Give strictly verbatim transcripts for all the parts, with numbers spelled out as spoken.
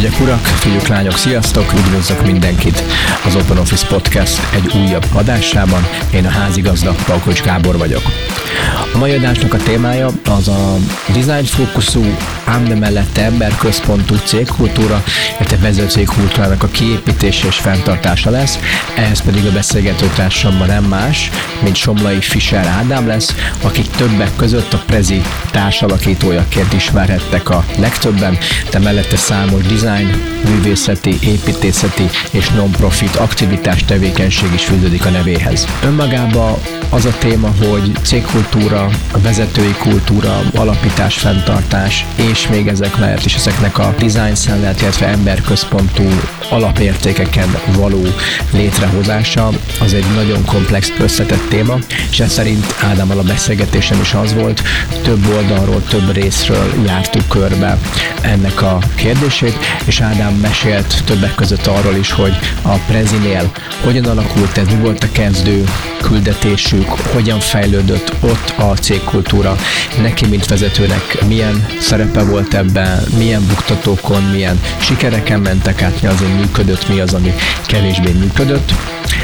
Hölgyek, urak, fiúk, lányok, sziasztok! Üdvözlök mindenkit az Open Office Podcast egy újabb adásában. Én a házigazda, Palkovics Gábor vagyok. A mai adásnak a témája az a design fókuszú, ám de mellette emberközpontú cégkultúra, illetve vezetőcégkultúrának a kiépítése és fenntartása lesz. Ehhez pedig a beszélgetőtársamban nem más, mint Somlai Fischer Ádám lesz, akik többek között a Prezi társalakítójaként ismerhettek a legtöbben, de mellette számos design, művészeti, építészeti és non-profit aktivitás tevékenység is fűződik a nevéhez. Önmagában az a téma, hogy cégkultúra, vezetői kultúra, alapítás, fenntartás, és még ezek mellett is ezeknek a design szemlélet, illetve emberközpontú alapértékeken való létrehozása, az egy nagyon komplex, összetett téma, és ez szerint Ádámmal a beszélgetésem is az volt, több oldalról, több részről jártuk körbe ennek a kérdését, és Ádám mesélt többek között arról is, hogy a Prezinél hogyan alakult ez, mi volt a kezdő küldetésük, hogyan fejlődött ott a cégkultúra, neki mint vezetőnek milyen szerepe volt ebben, milyen buktatókon, milyen sikereken mentek át, mi az, ami működött, mi az, ami kevésbé működött,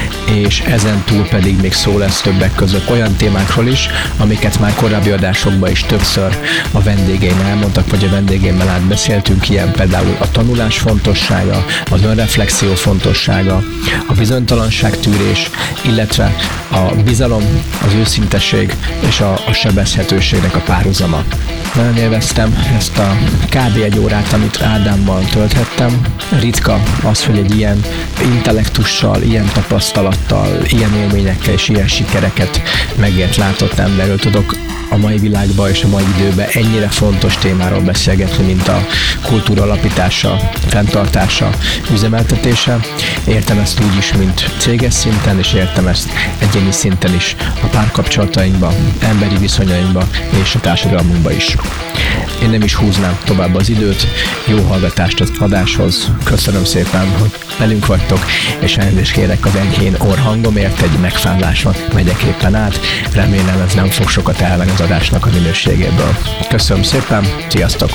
és ezen túl pedig még szó lesz többek között olyan témákról is, amiket már korábbi adásokban is többször a vendégeim elmondtak, vagy a vendégeimmel átbeszéltünk, ilyen például a tanulás fontossága, az önreflexió fontossága, a bizonytalanságtűrés, illetve a bizalom, az őszintesség és a, a sebezhetőségnek a párhuzama. Nagyon élveztem ezt a kb. Egy órát, amit Ádámmal tölthettem. Ritka az, hogy egy ilyen intellektussal, ilyen tapasztalattal, ilyen élményekkel és ilyen sikereket megért, látott emberről tudok a mai világban és a mai időben ennyire fontos témáról beszélgetni, mint a kultúra alapítása, fenntartása, üzemeltetése. Értem ezt úgy is, mint céges szinten, és értem ezt egyéni szinten is, a párkapcsolatainkban, emberi viszonyainkban és a társadalmunkban is. Én nem is húznám tovább az időt, jó hallgatást az adáshoz, köszönöm szépen, hogy velünk vagytok, és elnézést kérek az enyhén orrhangomért, egy megfázáson megyek éppen át, remélem ez nem fog sokat elvenni az adásnak a minőségéből. Köszönöm szépen, sziasztok!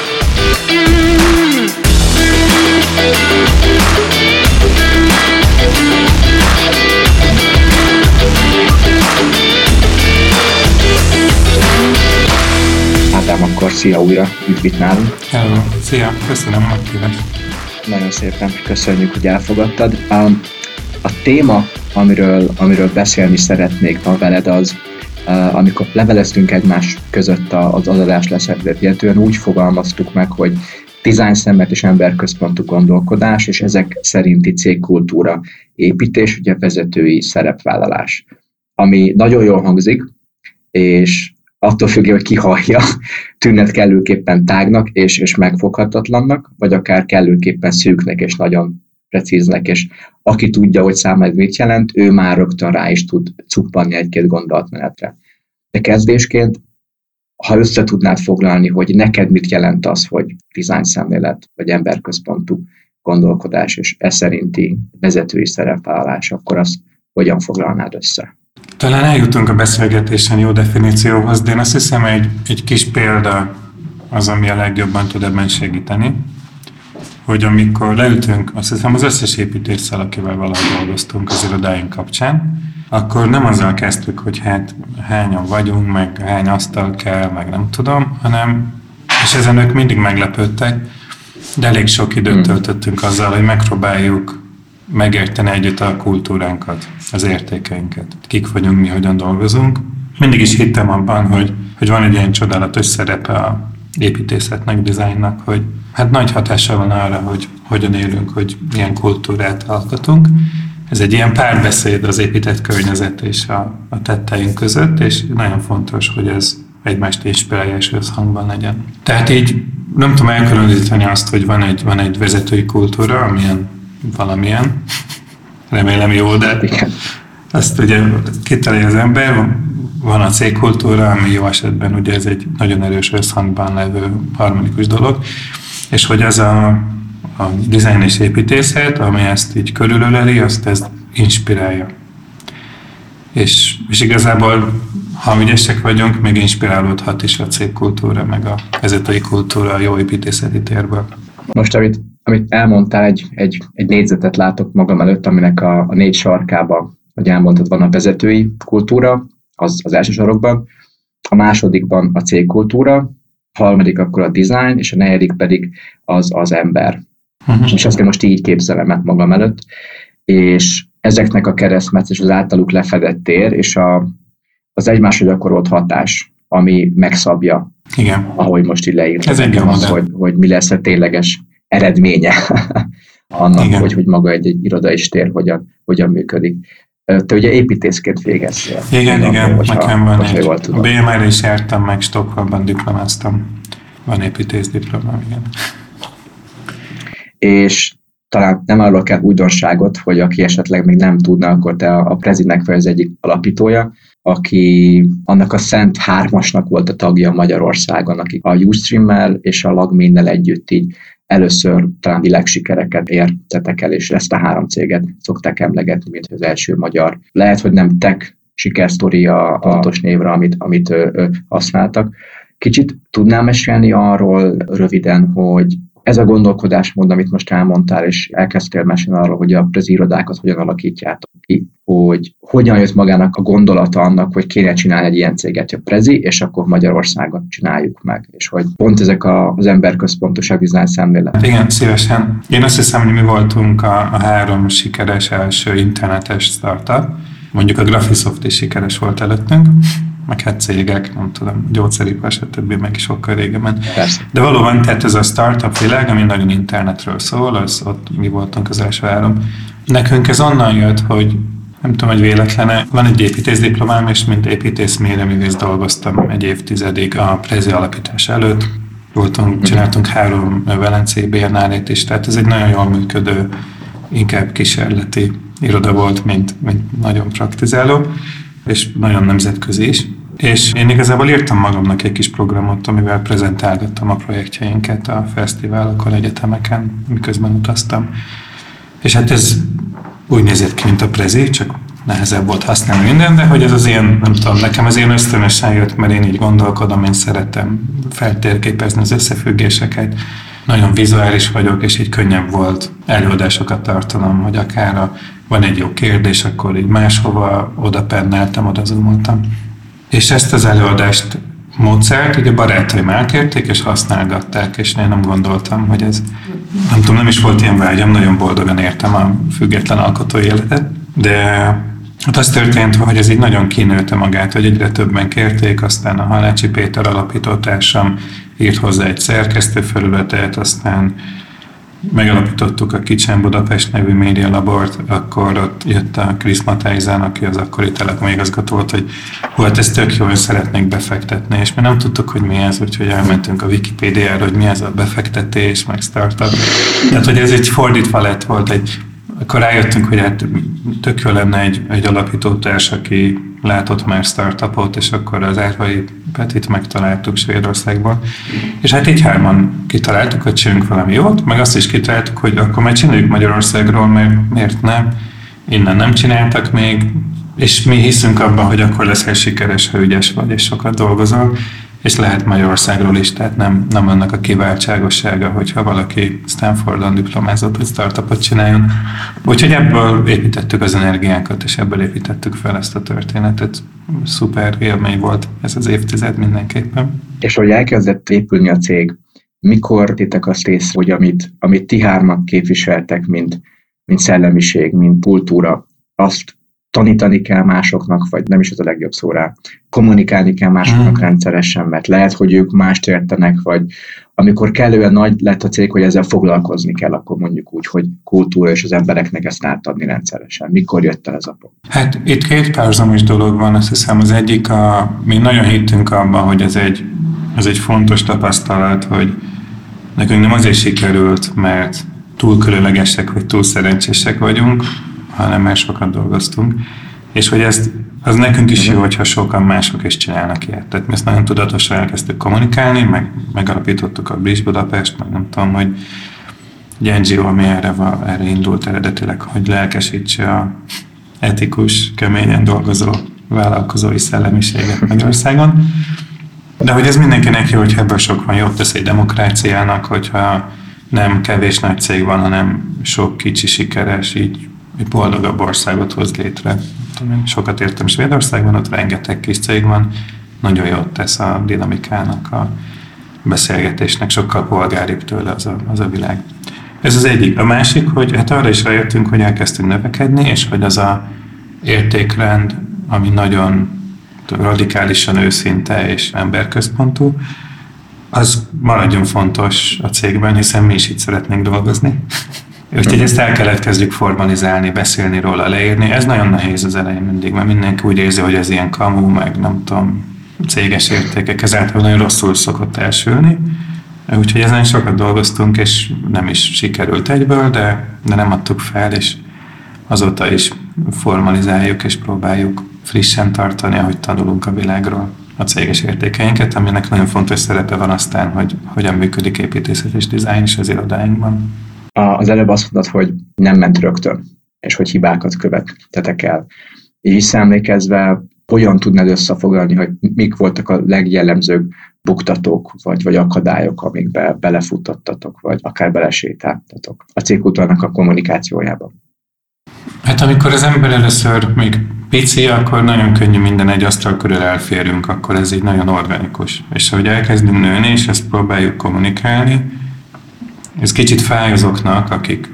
Ádám, akkor szia újra, üdv itt nálunk. Hello, szia, köszönöm a meghívást. Nagyon szépen köszönjük, hogy elfogadtad. A, a téma, amiről, amiről beszélni szeretnék ma veled az, amikor leveleztünk egymás között az adás leszedetjétően, úgy fogalmaztuk meg, hogy design szemlélet és emberközpontú gondolkodás, és ezek szerinti cégkultúra építés, ugye vezetői szerepvállalás. Ami nagyon jól hangzik, és attól függ, hogy ki hallja, tűnhet kellőképpen tágnak és, és megfoghatatlannak, vagy akár kellőképpen szűknek és nagyon precíznek, és aki tudja, hogy számára mit jelent, ő már rögtön rá is tud cuppanni egy-két gondolatmenetre. De kezdésként, ha össze tudnád foglalni, hogy neked mit jelent az, hogy design szemlélet, vagy emberközpontú gondolkodás, és ez szerinti vezetői szerepvállalás, akkor azt hogyan foglalnád össze? Talán eljutunk a beszélgetésen jó definícióhoz, de én azt hiszem, egy, egy kis példa az, ami a legjobban tud ebben segíteni, hogy amikor leültünk, azt hiszem az összes építéssel, akivel valahogy dolgoztunk az irodáink kapcsán, akkor nem azzal kezdtük, hogy hát hányan vagyunk, meg hány asztal kell, meg nem tudom, hanem, és ezen ők mindig meglepődtek, de elég sok időt töltöttünk azzal, hogy megpróbáljuk megérteni együtt a kultúránkat, az értékeinket. Kik vagyunk, mi hogyan dolgozunk. Mindig is hittem abban, hogy, hogy van egy ilyen csodálatos szerepe a építészetnek, dizájnnak, hogy hát nagy hatással van arra, hogy hogyan élünk, hogy milyen kultúrát alkotunk. Ez egy ilyen párbeszéd az épített környezet és a, a tetteink között, és nagyon fontos, hogy ez egymást inspirálja és összhangban legyen. Tehát így nem tudom elkülöníteni azt, hogy van egy, van egy vezetői kultúra, amilyen valamilyen, remélem jó, de azt ugye kitalálja az ember, van a cégkultúra, ami jó esetben ugye ez egy nagyon erős összhangban levő harmonikus dolog, és hogy ez a, a design és építészet, ami ezt így körülöleli, azt ez inspirálja. És, és igazából, ha ügyesek vagyunk, még inspirálódhat is a cégkultúra, meg a vezetői kultúra a jó építészeti térből. Most, amit amit elmondtál, egy, egy, egy négyzetet látok magam előtt, aminek a, a négy sarkában, hogy elmondtad, van a vezetői kultúra, az, az első sorokban, a másodikban a cégkultúra, a harmadik akkor a design, és a negyedik pedig az az ember. Uh-huh. És ezt most így képzelem magam előtt, és ezeknek a keresztmetsz és az általuk lefedett tér, és a, az egymásra gyakorolt hatás, ami megszabja, igen, ahogy most így leírtam, ez egy az, hogy, hogy mi lesz a tényleges eredménye annak, hogy, hogy maga egy, egy irodai tér hogyan, hogyan működik. Te ugye építészként végeztél. Igen, Én igen, akkor, nekem van egy. A bé em er-re is jártam, meg Stockholmban diplomáztam. Van építész diplomám, igen. És talán nem arról kell újdonságot, hogy aki esetleg még nem tudna, akkor te a, a Prezinek vagy az egyik alapítója, aki annak a Szent Hármasnak volt a tagja Magyarországon, akik a Ustream-mel és a Lagménnel együtt így először talán világsikereket értetek el, és ezt a három céget szokták emlegetni, mint az első magyar. Lehet, hogy nem tech sikersztori a pontos névre, amit, amit ö, ö, használtak. Kicsit tudnál mesélni arról röviden, hogy ez a gondolkodásmód, amit most elmondtál, és elkezdtél mesélni arról, hogy a Prezi irodákat hogyan alakítjátok ki, hogy hogyan jött magának a gondolata annak, hogy kéne csinálni egy ilyen céget, a Prezi, és akkor Magyarországon csináljuk meg, és hogy pont ezek a, az emberközpontosabb design szemlélet. Igen, szívesen. Én azt hiszem, hogy mi voltunk a, a három sikeres első internetes startup. Mondjuk a Graphisoft is sikeres volt előttünk, meg hát cégek, nem tudom, gyógyszeripar, stb. Meg sokkal régebben. Persze. De valóban, tehát ez a startup világ, ami nagyon internetről szól, az ott mi voltunk az első három. Nekünk ez onnan jött, hogy nem tudom, hogy véletlene, van egy építészdiplomám, és mint építész méreművész dolgoztam egy évtizedig a Prezi alapítás előtt. Voltunk, csináltunk három velencei Biennálét is, tehát ez egy nagyon jól működő, inkább kísérleti iroda volt, mint, mint nagyon praktizáló, és nagyon nemzetközi is. És én igazából írtam magamnak egy kis programot, amivel prezentálgattam a projektjeinket a fesztiválokon, egyetemeken, miközben utaztam. És hát ez úgy nézett ki, mint a Prezi, csak nehezebb volt használni minden, de hogy ez az ilyen, nem tudom, nekem az ilyen ösztönösen jött, mert én így gondolkodom, én szeretem feltérképezni az összefüggéseket. Nagyon vizuális vagyok, és így könnyebb volt előadásokat tartanom, hogy akár a, van egy jó kérdés, akkor így máshova oda penneltem, oda zoomoltam. És ezt az előadást módszert ugye barátaim elkérték, és használgatták, és én nem gondoltam, hogy ez, nem tudom, nem is volt ilyen vágyam, nagyon boldogan értem a független alkotói életet, de hát az történt, hogy ez így nagyon kinőtte magát, hogy egyre többen kérték, aztán a Halácsi Péter alapítótársam írt hozzá egy szerkesztőfelületet, aztán megalapítottuk a Kitchen Budapest nevű média labort, akkor ott jött a Krisz Matályzán, aki az akkori Telekom igazgató volt, hogy volt ez tök jó, hogy szeretnék befektetni, és mi nem tudtuk, hogy mi ez, úgyhogy elmentünk a Wikipédiára, hogy mi ez a befektetés, meg startup. Tehát, hogy ez egy fordítva lett volt, egy, akkor rájöttünk, hogy hát tök jó lenne egy, egy alapítótárs, aki látott már startupot, és akkor az Árvai Petit megtaláltuk Svédországban. És hát így hárman kitaláltuk, hogy csinálunk valami jót, meg azt is kitaláltuk, hogy akkor már csináljuk Magyarországról, mert miért nem? Innen nem csináltak még, és mi hiszünk abban, hogy akkor leszel sikeres, ha ügyes vagy, és sokat dolgozol, és lehet Magyarországról is, tehát nem, nem annak a kiváltságossága, hogyha valaki Stanfordon diplomázott, hogy startupot csináljon. Úgyhogy ebből építettük az energiánkat, és ebből építettük fel ezt a történetet. Szuper élmény volt ez az évtized mindenképpen. És hogy elkezdett épülni a cég, mikor tétek azt ész, hogy amit, amit ti hárman képviseltek, mint, mint szellemiség, mint kultúra, azt tanítani kell másoknak, vagy nem is az a legjobb szó rá, kommunikálni kell másoknak mm. rendszeresen, mert lehet, hogy ők mást értenek, vagy amikor kellően nagy lett a cég, hogy ezzel foglalkozni kell, akkor mondjuk úgy, hogy kultúra és az embereknek ezt átadni rendszeresen. Mikor jött el ez a pont? Hát itt két párhuzamos dolog van, azt hiszem az egyik, a, mi nagyon hittünk abban, hogy ez egy, ez egy fontos tapasztalat, hogy nekünk nem azért sikerült, mert túl különlegesek, vagy túl szerencsések vagyunk, hanem már sokat dolgoztunk, és hogy ezt, az nekünk is jó, hogyha sokan mások is csinálnak ilyet. Tehát mi ezt nagyon tudatosan elkezdtük kommunikálni, meg megalapítottuk a Bridge Budapest, meg nem tudom, hogy egy en gé o, ami erre, erre indult eredetileg, hogy lelkesítse a etikus, keményen dolgozó vállalkozói szellemiséget Magyarországon. De hogy ez mindenkinek jó, hogyha ebből sok van, jobb tesz egy demokráciának, hogyha nem kevés nagy cég van, hanem sok kicsi sikeres, így egy boldogabb országot hoz létre. Tudom, sokat értem Svédországban, ott rengeteg kis cég van, nagyon jót tesz a dinamikának, a beszélgetésnek, sokkal polgáribb tőle az a, az a világ. Ez az egyik. A másik, hogy hát arra is rájöttünk, hogy elkezdtünk növekedni, és hogy az a értékrend, ami nagyon radikálisan őszinte és emberközpontú, az maradjon fontos a cégben, hiszen mi is itt szeretnénk dolgozni. Úgyhogy ezt el kellett kezdjük formalizálni, beszélni róla, leírni. Ez nagyon nehéz az elején mindig, mert mindenki úgy érzi, hogy ez ilyen kamu, meg nem tudom, céges értékek, ezáltal nagyon rosszul szokott elsülni. Úgyhogy ezen sokat dolgoztunk, és nem is sikerült egyből, de, de nem adtuk fel, és azóta is formalizáljuk, és próbáljuk frissen tartani, ahogy tanulunk a világról a céges értékeinket, aminek nagyon fontos szerepe van aztán, hogy hogyan működik építészet és dizájn is az irodáinkban. Az előbb azt mondtad, hogy nem ment rögtön, és hogy hibákat követtetek el. Így visszaemlékezve, hogyan tudnád összefoglalni, hogy mik voltak a legjellemzőbb buktatók, vagy, vagy akadályok, amikbe belefutottatok, vagy akár belesétáltatok a cégkultúrának a kommunikációjában? Hát amikor az ember először még pici, akkor nagyon könnyű minden egy asztal körül elférünk, akkor ez így nagyon organikus. És ahogy elkezdünk nőni, és ezt próbáljuk kommunikálni, ez kicsit fáj azoknak, akik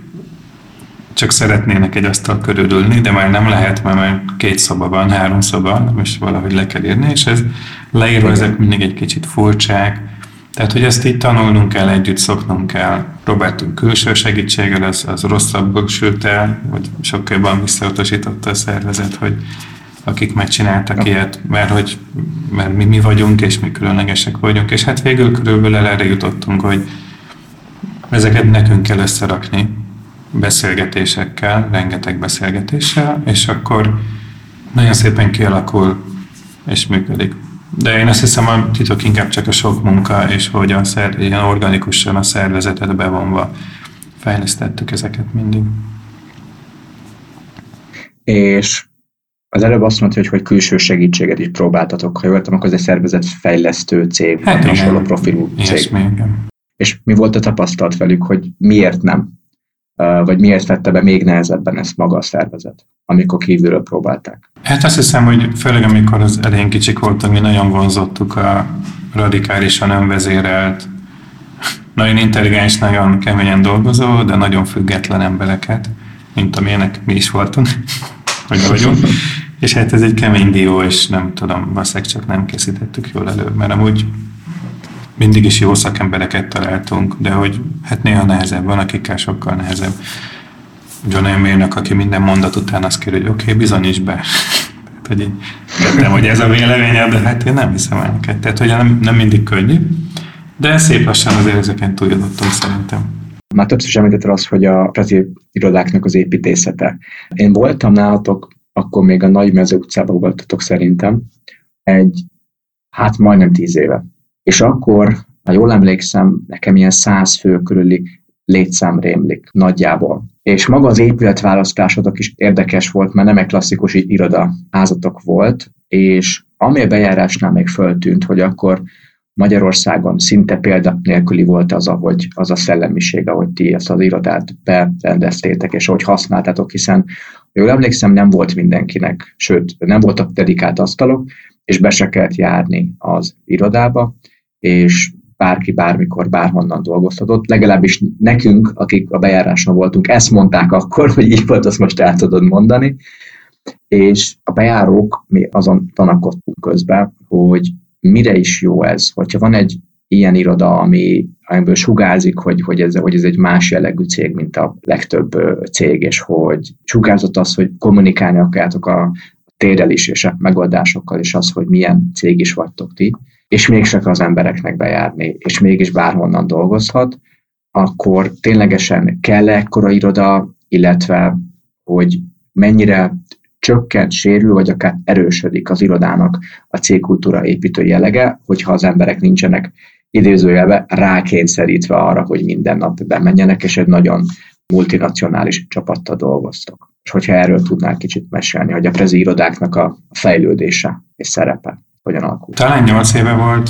csak szeretnének egy asztal körül ülni, de már nem lehet, mert már két szoba van, három szoba, és valahogy le kell írni, és ez leírva ezek mindig egy kicsit furcsák. Tehát, hogy ezt így tanulnunk kell, együtt szoknunk kell. Próbáltunk külső segítséggel, az, az rosszabbul sült el, vagy sokkal jobban visszautasította a szervezet, hogy akik megcsináltak ilyet, mert, hogy, mert mi, mi vagyunk, és mi különlegesek vagyunk. És hát végül körülbelül erre jutottunk, hogy ezeket nekünk kell összerakni beszélgetésekkel, rengeteg beszélgetéssel, és akkor nagyon szépen kialakul és működik. De én azt hiszem, a titok inkább csak a sok munka, és hogy a szer, ilyen organikusan a szervezetet bevonva fejlesztettük ezeket mindig. És az előbb azt mondta, hogy, hogy külső segítséget is próbáltatok. Ha jól értem, akkor ez egy szervezetfejlesztő cég, hát hasonló profilú cég. Ilyesmi, igen. És mi volt a tapasztalat velük, hogy miért nem? Vagy miért vette be még nehezebben ezt maga a szervezet, amikor kívülről próbálták? Hát azt hiszem, hogy főleg amikor az elején kicsik voltunk, mi nagyon vonzottuk a radikálisan önvezérelt, nagyon intelligens, nagyon keményen dolgozó, de nagyon független embereket, mint amilyenek mi is voltunk, hogy vagyunk. És hát ez egy kemény dió, és nem tudom, valószínűleg csak nem készítettük jól elő, mert amúgy mindig is jó szakembereket találtunk, de hogy hát néha nehezebb van, akikkel sokkal nehezebb. Van olyan mérnök, aki minden mondat után azt kér, hogy oké, okay, bizonyíts be. Tehát, hogy így tettem, hogy ez a véleményed, de hát én nem hiszem el neked. Tehát, hogy nem, nem mindig könnyű, de szép lassan azért ezeken túljutottunk szerintem. Már többször is említetted azt, hogy a prezi irodáknak az építészete. Én voltam nálatok, akkor még a Nagymező utcában voltatok szerintem, egy, hát majdnem tíz éve. És akkor, ha jól emlékszem, nekem ilyen száz fő körüli létszám rémlik nagyjából. És maga az épületválasztásotok is érdekes volt, mert nem egy klasszikus irodaházatok volt, és ami a bejárásnál még föltűnt, hogy akkor Magyarországon szinte példa nélküli volt az, ahogy az a szellemiség, ahogy ti ezt az irodát berendeztétek, és ahogy használtátok, hiszen jól emlékszem, nem volt mindenkinek, sőt, nem voltak dedikált asztalok, és be se kellett járni az irodába, és bárki bármikor, bárhonnan dolgozhatott. Legalábbis nekünk, akik a bejáráson voltunk, ezt mondták akkor, hogy így volt, azt most el tudod mondani. És a bejárók, mi azon tanakodtunk közben, hogy mire is jó ez, hogyha van egy ilyen iroda, ami, amiből sugárzik, hogy, hogy, ez, hogy ez egy más jellegű cég, mint a legtöbb cég, és hogy sugárzott az, hogy kommunikálni akarjátok a térrel is, és a megoldásokkal, és az, hogy milyen cég is vagytok ti, és mégsem az embereknek bejárni, és mégis bárhonnan dolgozhat, akkor ténylegesen kell ekkora iroda, illetve hogy mennyire csökkent, sérül, vagy akár erősödik az irodának a cégkultúra építő jellege, hogyha az emberek nincsenek idézőjelbe rákényszerítve arra, hogy minden nap bemenjenek, és egy nagyon multinacionális csapattal dolgoztok. És hogyha erről tudnál kicsit mesélni, hogy a prezi irodáknak a fejlődése és szerepe hogyan alakult. Talán nyolc éve volt,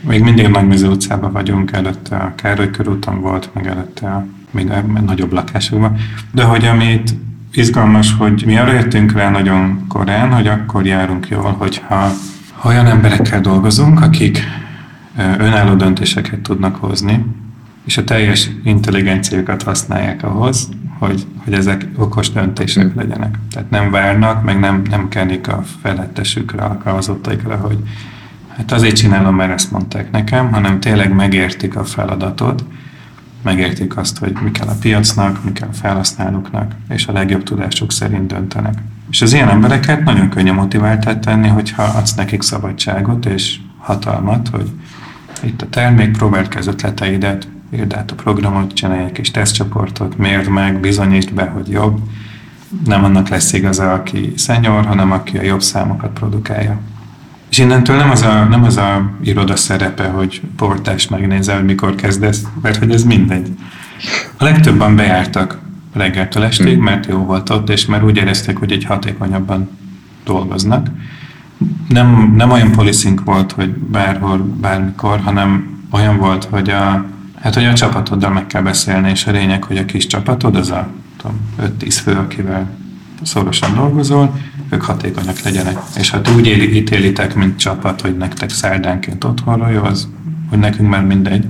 még mindig Nagymező utcában vagyunk, előtte a Károly körúton volt, meg előtte a még a nagyobb lakásokban. De hogy amit izgalmas, hogy mi arra jöttünk rá nagyon korán, hogy akkor járunk jól, hogyha olyan emberekkel dolgozunk, akik önálló döntéseket tudnak hozni, és a teljes intelligenciájukat használják ahhoz, hogy, hogy ezek okos döntések mm. legyenek. Tehát nem várnak, meg nem, nem kenik a felettesükre, alkalmazottaikra, hogy hát azért csinálom, mert ezt mondták nekem, hanem tényleg megértik a feladatot, megértik azt, hogy mi kell a piacnak, mi kell a felhasználóknak, és a legjobb tudásuk szerint döntenek. És az ilyen embereket nagyon könnyű motiváltát tenni, hogyha adsz nekik szabadságot és hatalmat, hogy itt a termék, próbáld ki az ötleteidet, írd át a programot, csinálj egy kis tesztcsoportot, mérd meg, bizonyítsd be, hogy jobb. Nem annak lesz igaza, aki szenyor, hanem aki a jobb számokat produkálja. És innentől nem az a, nem az a iroda szerepe, hogy portást megnézel, hogy mikor kezdesz, mert hogy ez mindegy. A legtöbben bejártak reggeltől estig, mert jó volt ott, és mert úgy érezték, hogy egy hatékonyabban dolgoznak. Nem, nem olyan policing volt, hogy bárhol, bármikor, hanem olyan volt, hogy a, hát, hogy a csapatoddal meg kell beszélni, és a lényeg, hogy a kis csapatod, az a öt-tíz fő, akivel szorosan dolgozol, ők hatékonyak legyenek. És ha úgy ítélitek, mint csapat, hogy nektek szerdánként otthonról jó, az, hogy nekünk már mindegy.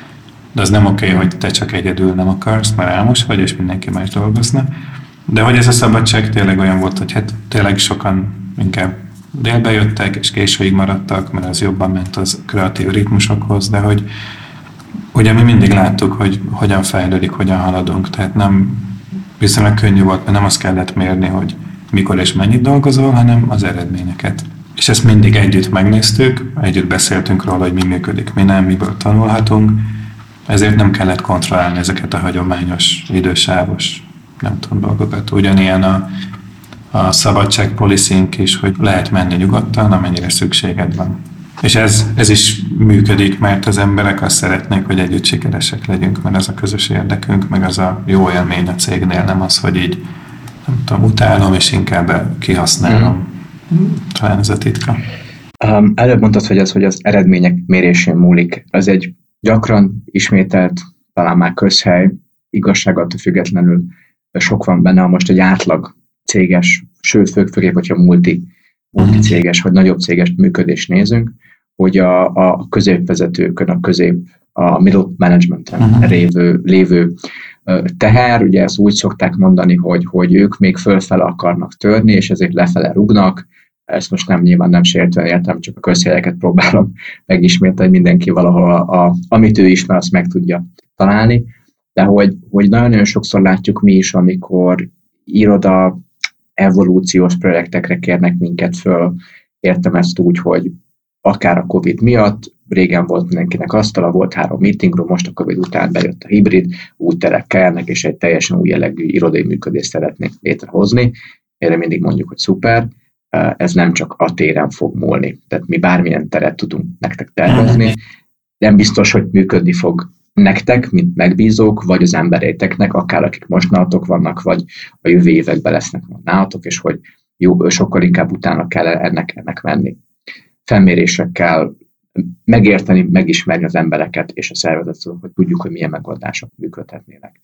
De az nem oké, okay, hogy te csak egyedül nem akarsz, mert álmos vagy, és mindenki más dolgozna. De hogy ez a szabadság tényleg olyan volt, hogy hát tényleg sokan inkább délbe jöttek, és későig maradtak, mert az jobban ment az kreatív ritmusokhoz, de hogy ugye mi mindig láttuk, hogy hogyan fejlődik, hogyan haladunk, tehát nem viszonylag könnyű volt, mert nem azt kellett mérni, hogy mikor és mennyit dolgozol, hanem az eredményeket. És ezt mindig együtt megnéztük, együtt beszéltünk róla, hogy mi működik, mi nem, miből tanulhatunk, ezért nem kellett kontrollálni ezeket a hagyományos, idősávos, nem tudom, dolgokat. Ugyanilyen a, a szabadság policing is, hogy lehet menni nyugodtan, amennyire szükséged van. És ez, ez is működik, mert az emberek azt szeretnék, hogy együtt sikeresek legyünk, mert az a közös érdekünk, meg az a jó élmény a cégnél, nem az, hogy így nem tudom, utálom, és inkább kihasználom. Mm. Talán ez a titka. Um, előbb mondtad, hogy az, hogy az eredmények mérésén múlik. Az egy gyakran ismételt, talán már közhely, igazságottól függetlenül sok van benne, ha most egy átlag céges, sőt, főleg, hogyha multi, multi céges, vagy nagyobb céges működést nézünk, hogy a, a középvezetőkön, a közép, a middle managementen uh-huh. lévő, lévő teher, ugye ezt úgy szokták mondani, hogy, hogy ők még fölfele akarnak törni, és ezért lefele rúgnak. Ezt most nem nyilván nem sértően értem, csak a közhelyeket próbálom megismételni, hogy mindenki valahol, a, a, amit ő ismer, azt meg tudja találni. De hogy, hogy nagyon-nagyon sokszor látjuk mi is, amikor iroda evolúciós projektekre kérnek minket föl. Értem ezt úgy, hogy akár a Covid miatt, régen volt mindenkinek asztala, volt három meeting room, most a Covid után bejött a hibrid, új terek kellnek, és egy teljesen új jellegű irodai működést szeretnék létrehozni. Erre mindig mondjuk, hogy szuper, ez nem csak a téren fog múlni. Tehát mi bármilyen teret tudunk nektek tervezni, nem biztos, hogy működni fog nektek, mint megbízók, vagy az embereiteknek, akár akik most nálatok vannak, vagy a jövő években lesznek nálatok, és hogy jó, sokkal inkább utána kell ennek, ennek menni. Felmérésekkel megérteni, megismerni az embereket és a szervezetet, hogy tudjuk, hogy milyen megoldások működhetnének.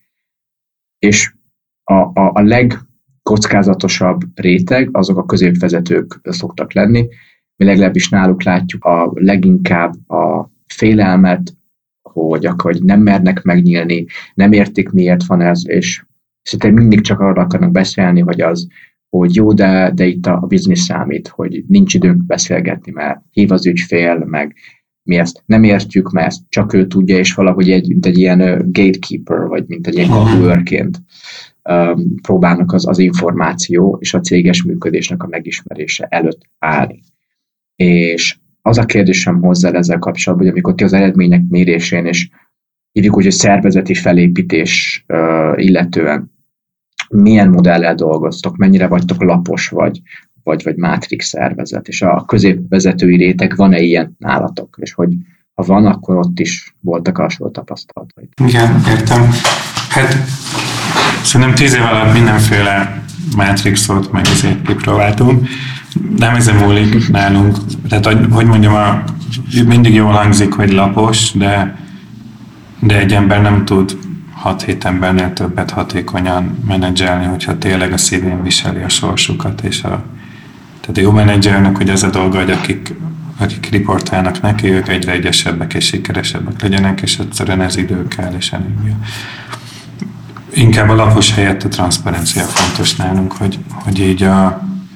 És a, a, a legkockázatosabb réteg, azok a középvezetők szoktak lenni, mi legalábbis náluk látjuk a leginkább a félelmet, hogy akkor hogy nem mernek megnyílni, nem értik, miért van ez, és szerintem mindig csak arra akarnak beszélni, hogy az, hogy jó, de, de itt a, a biznisz számít, hogy nincs időnk beszélgetni, mert hív az ügyfél, meg mi ezt nem értjük, mert ezt csak ő tudja, és valahogy egy, mint egy ilyen uh, gatekeeper, vagy mint egy ilyen kapuőrként um, próbálnak az, az információ és a céges működésnek a megismerése előtt állni. És az a kérdésem hozzá ezzel kapcsolatban, hogy amikor ti az eredmények mérésén, és hívjuk úgy, hogy szervezeti felépítés uh, illetően milyen modellel dolgoztok, mennyire vagytok lapos vagy, vagy, vagy mátrix szervezet, és a középvezetői réteg van-e ilyen nálatok, és hogy ha van, akkor ott is voltak hasonló tapasztalatai. Igen, értem. Hát szerintem tíz év alatt mindenféle mátrixot meg ezért kipróbáltunk, de nem ezen múlik nálunk. Tehát, hogy mondjam, a mindig jól hangzik, hogy lapos, de, de egy ember nem tud hat-hét embernél többet hatékonyan menedzselni, hogyha tényleg a szívén viseli a sorsukat, és a, tehát a jó menedzsernek, hogy az a dolga, hogy akik, akik riportálnak neki, ők egyre egyesebbek és sikeresebbek legyenek, és egyszerűen ez idő kell, és energia. Inkább a lapos helyett a transzparencia fontos nálunk, hogy, hogy így a,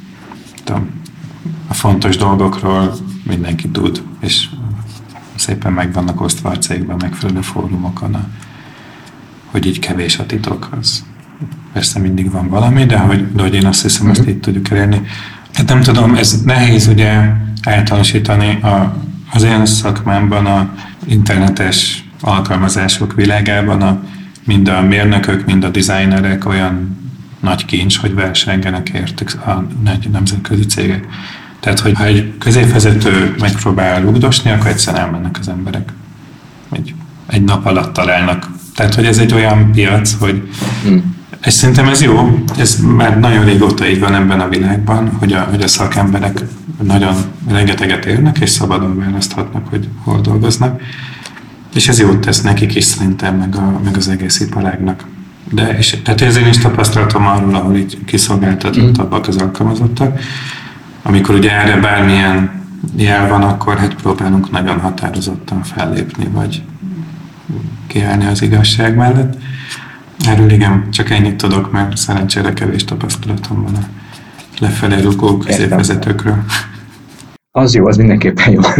a fontos dolgokról mindenki tud, és szépen meg vannak osztva a cégben, megfelelő fórumokon, a, hogy így kevés a titok, az persze mindig van valami, de hogy, de hogy én azt hiszem, ezt így tudjuk elérni. Hát nem tudom, ez nehéz ugye általánosítani a, az én szakmámban, a internetes alkalmazások világában, a, mind a mérnökök, mind a designerek olyan nagy kincs, hogy versengenek értük a nagy nemzetközi cégek. Tehát, hogy ha egy középvezető megpróbál rugdosni, akkor egyszerűen elmennek az emberek. Egy, egy nap alatt találnak. Tehát, hogy ez egy olyan piac, hogy és szerintem ez jó, ez már nagyon régóta így van ebben a világban, hogy a, hogy a szakemberek nagyon rengeteget érnek, és szabadon választhatnak, hogy hol dolgoznak. És ez jót tesz nekik is szerintem, meg, a, meg az egész iparágnak. De, és, tehát ezért is tapasztalatom arról, ahol így kiszolgáltatottabbak az alkalmazottak. Amikor ugye erre bármilyen jel van, akkor hát próbálunk nagyon határozottan fellépni, vagy kiállni az igazság mellett. Erről igen, csak ennyit tudok, mert szerencsére kevés tapasztalatom van a lefelé rugó középvezetőkről. Az jó, az mindenképpen jó.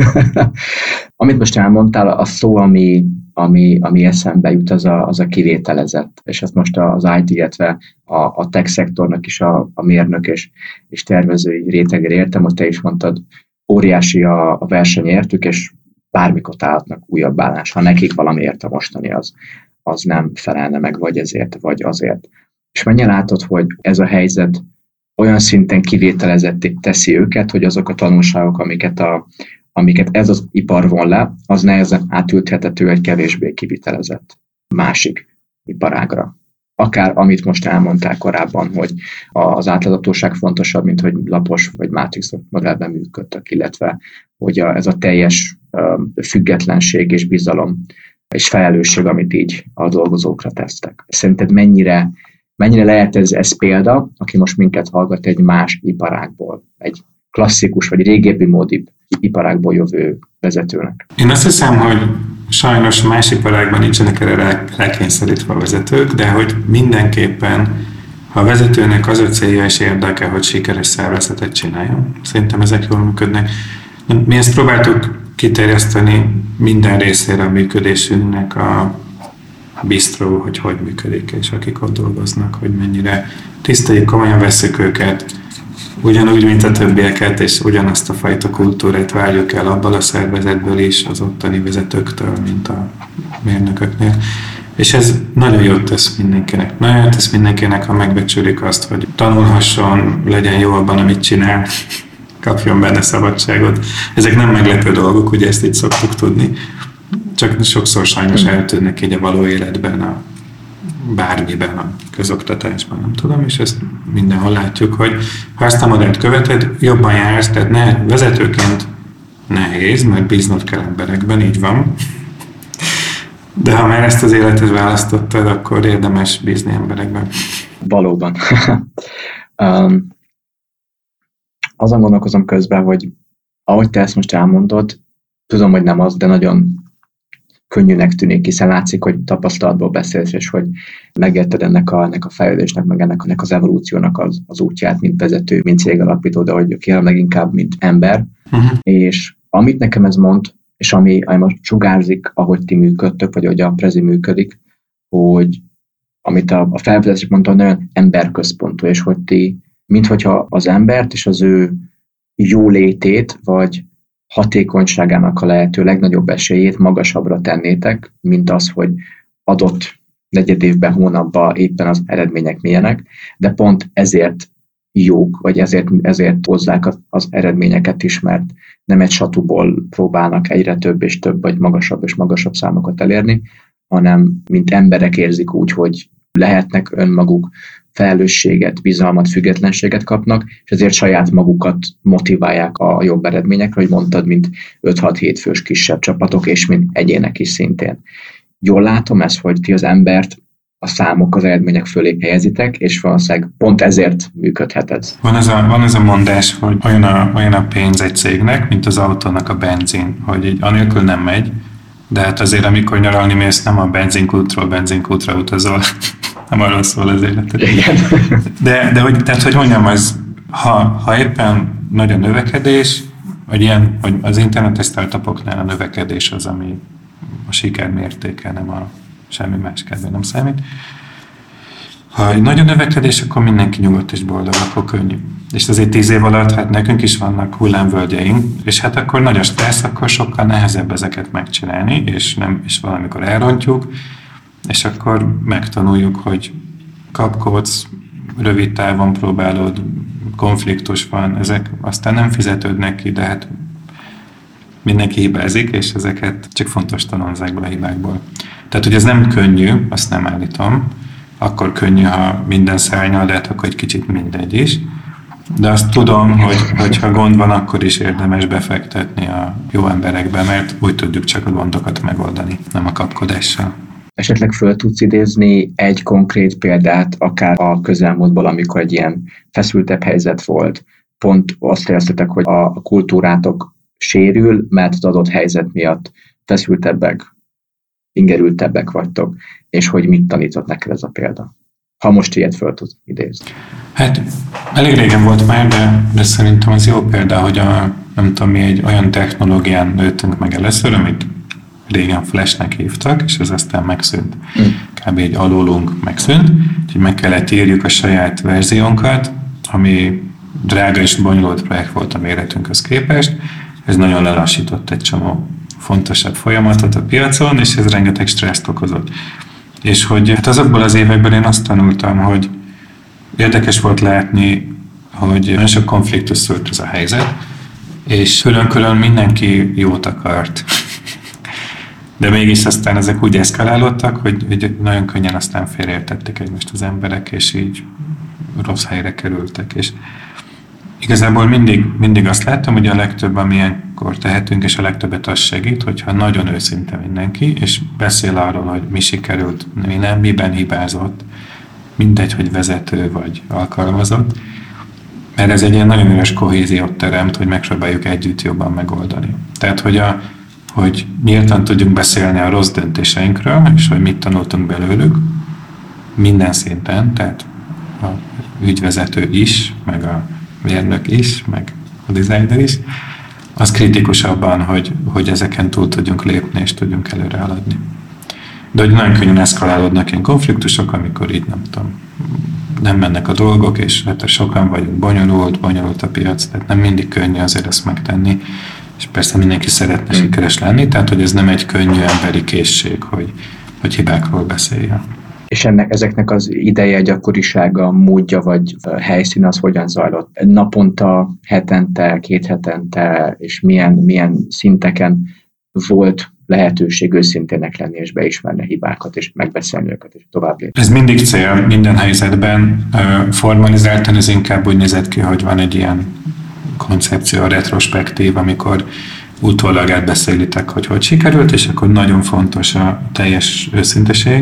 Amit most elmondtál, a szó, ami, ami, ami eszembe jut, az a, az a kivételezett. És ezt most az i té, illetve a, a tech szektornak is a, a mérnök és, és tervezői rétegére értem, hogy te is mondtad, óriási a, a verseny értük, és bármikor találhatnak újabb állás. Ha nekik valamiért a mostani, az, az nem felelne meg, vagy ezért, vagy azért. És mennyire látod, hogy ez a helyzet olyan szinten kivételezetté teszi őket, hogy azok a tanulságok, amiket, a, amiket ez az ipar von le, az nehezen átülthethető egy kevésbé kivitelezett másik iparágra. Akár amit most elmondtál korábban, hogy az átláthatóság fontosabb, mint hogy lapos vagy Matrix modellben működtek, illetve hogy a, ez a teljes um, függetlenség és bizalom és felelősség, amit így a dolgozókra tesztek. Szerinted mennyire Mennyire lehet ez, ez példa, aki most minket hallgat egy más iparágból, egy klasszikus vagy régebbi módi iparágból jövő vezetőnek? Én azt hiszem, hogy sajnos más iparágban nincsenek erre rákényszerítve a vezetők, de hogy mindenképpen, ha a vezetőnek az a célja és érdeke, hogy sikeres szervezetet csináljon, szerintem ezek jól működnek. Mi ezt próbáltuk kiterjeszteni minden részére a működésünknek, a a bistró, hogy hogy működik, és akik ott dolgoznak, hogy mennyire tiszteljük, komolyan veszük őket, ugyanúgy, mint a többieket, és ugyanazt a fajta kultúrát várjuk el abban a szervezetből is, az ottani vezetőktől, mint a mérnököknél. És ez nagyon jót tesz mindenkinek. Nagyon jót tesz mindenkinek, ha megbecsülik azt, hogy tanulhasson, legyen jó abban, amit csinál, kapjon benne szabadságot. Ezek nem meglepő dolgok, ugye ezt így szoktuk tudni. Csak sokszor sajnos eltűnnek így a való életben, a bármiben, a közoktatásban, nem tudom, és ezt mindenhol látjuk, hogy ha ezt a modellt követed, jobban jársz, tehát ne, vezetőként nehéz, mert bíznod kell emberekben, így van. De ha már ezt az életet választottad, akkor érdemes bízni emberekben. Valóban. um, azon gondolkozom közben, hogy ahogy te ezt most elmondod, tudom, hogy nem az, de nagyon könnyűnek tűnik, hiszen látszik, hogy tapasztalatból beszélsz, és hogy megérted ennek a, ennek a fejlődésnek, meg ennek, ennek az evolúciónak az, az útját, mint vezető, mint cégalapító, de hogy kérem leginkább, mint ember. Uh-huh. És amit nekem ez mond, és ami, ami most sugárzik, ahogy ti működtök, vagy ahogy a Prezi működik, hogy amit a, a felvezetések mondta, nagyon emberközpontú, és hogy ti, minthogyha az embert és az ő jólétét, vagy hatékonyságának a lehető legnagyobb esélyét magasabbra tennétek, mint az, hogy adott negyed évben, hónapban éppen az eredmények milyenek, de pont ezért jók, vagy ezért, ezért hozzák az, az eredményeket is, mert nem egy satuból próbálnak egyre több és több, vagy magasabb és magasabb számokat elérni, hanem mint emberek érzik úgy, hogy lehetnek önmaguk, felelősséget, bizalmat, függetlenséget kapnak, és ezért saját magukat motiválják a jobb eredményekre, hogy mondtad, mint öt-hat-hét fős kisebb csapatok, és mint egyének is szintén. Jól látom ezt, hogy ti az embert a számok, az eredmények fölé helyezitek, és valószínűleg pont ezért működhet ez. Van ez a, van ez a mondás, hogy olyan a, olyan a pénz egy cégnek, mint az autónak a benzin, hogy így anélkül nem megy, de hát azért, amikor nyaralni mész, nem a benzinkútról benzinkútra utazol, nem arról szól az életed. Igen. De, de hogy, tehát, hogy mondjam, az, ha, ha éppen nagy a növekedés, vagy ilyen, hogy az internetes startupoknál a növekedés az, ami a siker mértéke, nem a semmi más kb. Nem számít. Ha egy nagy a növekedés, akkor mindenki nyugodt és boldog, akkor könnyű. És azért tíz év alatt, hát nekünk is vannak hullámvölgyeink, és hát akkor nagy a stressz, akkor sokkal nehezebb ezeket megcsinálni, és, nem, és valamikor elrontjuk, és akkor megtanuljuk, hogy kapkodsz, rövid távon próbálod, konfliktus van, ezek aztán nem fizetődnek ki, de hát mindenki hibázik, és ezeket csak fontos tanulni ezekből a hibákból. Tehát, hogy ez nem könnyű, azt nem állítom, akkor könnyű, ha minden szárnyal, de hát akkor egy kicsit mindegy is. De azt tudom, hogy, hogy ha gond van, akkor is érdemes befektetni a jó emberekbe, mert úgy tudjuk csak a gondokat megoldani, nem a kapkodással. Esetleg föl tudsz idézni egy konkrét példát, akár a közelmúltból, amikor egy ilyen feszültebb helyzet volt, pont azt éreztetek, hogy a kultúrátok sérül, mert az adott helyzet miatt feszültebbek, ingerültebbek vagytok, és hogy mit tanított neked ez a példa? Ha most ilyet föl tudsz idézni. Hát elég régen volt már, de, de szerintem az jó példa, hogy a, nem tudom mi, egy olyan technológián nőttünk meg először, amit régen Flashnek hívtak, és ez aztán megszűnt. Mm. Kb. Egy alulunk megszűnt, úgyhogy meg kellett írjuk a saját verziónkat, ami drága és bonyolult projekt volt a méretünkhöz képest. Ez nagyon lelassított egy csomó fontosabb folyamatot a piacon, és ez rengeteg stresszt okozott. És hogy hát azokból az években én azt tanultam, hogy érdekes volt látni, hogy nagyon sok konfliktus szült ez a helyzet, és külön-külön mindenki jót akart. De mégis aztán ezek úgy eszkalálódtak, hogy, hogy nagyon könnyen aztán félreértették egymást az emberek, és így rossz helyre kerültek. És igazából mindig, mindig azt láttam, hogy a legtöbb, amilyenkor tehetünk, és a legtöbbet az segít, hogyha nagyon őszinte mindenki, és beszél arról, hogy mi sikerült, mi nem, miben hibázott, mindegy, hogy vezető vagy alkalmazott, mert ez egy ilyen nagyon üres kohéziót teremt, hogy megpróbáljuk együtt jobban megoldani. Tehát, hogy, a, hogy nyíltan tudjunk beszélni a rossz döntéseinkről, és hogy mit tanultunk belőlük, minden szinten, tehát a ügyvezető is, meg a mérnök is, meg a designer is, az kritikus abban, hogy, hogy ezeken túl tudjunk lépni, és tudjunk előre haladni. De hogy nagyon könnyen eszkalálódnak ilyen konfliktusok, amikor így nem tudom, nem mennek a dolgok, és hát sokan vagyunk, bonyolult, bonyolult a piac, tehát nem mindig könnyű azért ezt megtenni, és persze mindenki szeretne sikeres lenni, tehát hogy ez nem egy könnyű emberi készség, hogy, hogy hibákról beszéljen. És ennek, ezeknek az ideje, gyakorisága, módja vagy helyszín az hogyan zajlott? Naponta, hetente, két hetente, és milyen, milyen szinteken volt lehetőség őszintének lenni, és beismerni a hibákat, és megbeszélni őket, és tovább lépni? Ez mindig cél, minden helyzetben. Formalizáltan ez inkább úgy nézett ki, hogy van egy ilyen koncepció, a retrospektív, amikor utólag átbeszélitek, hogy hogy sikerült, és akkor nagyon fontos a teljes őszinteség.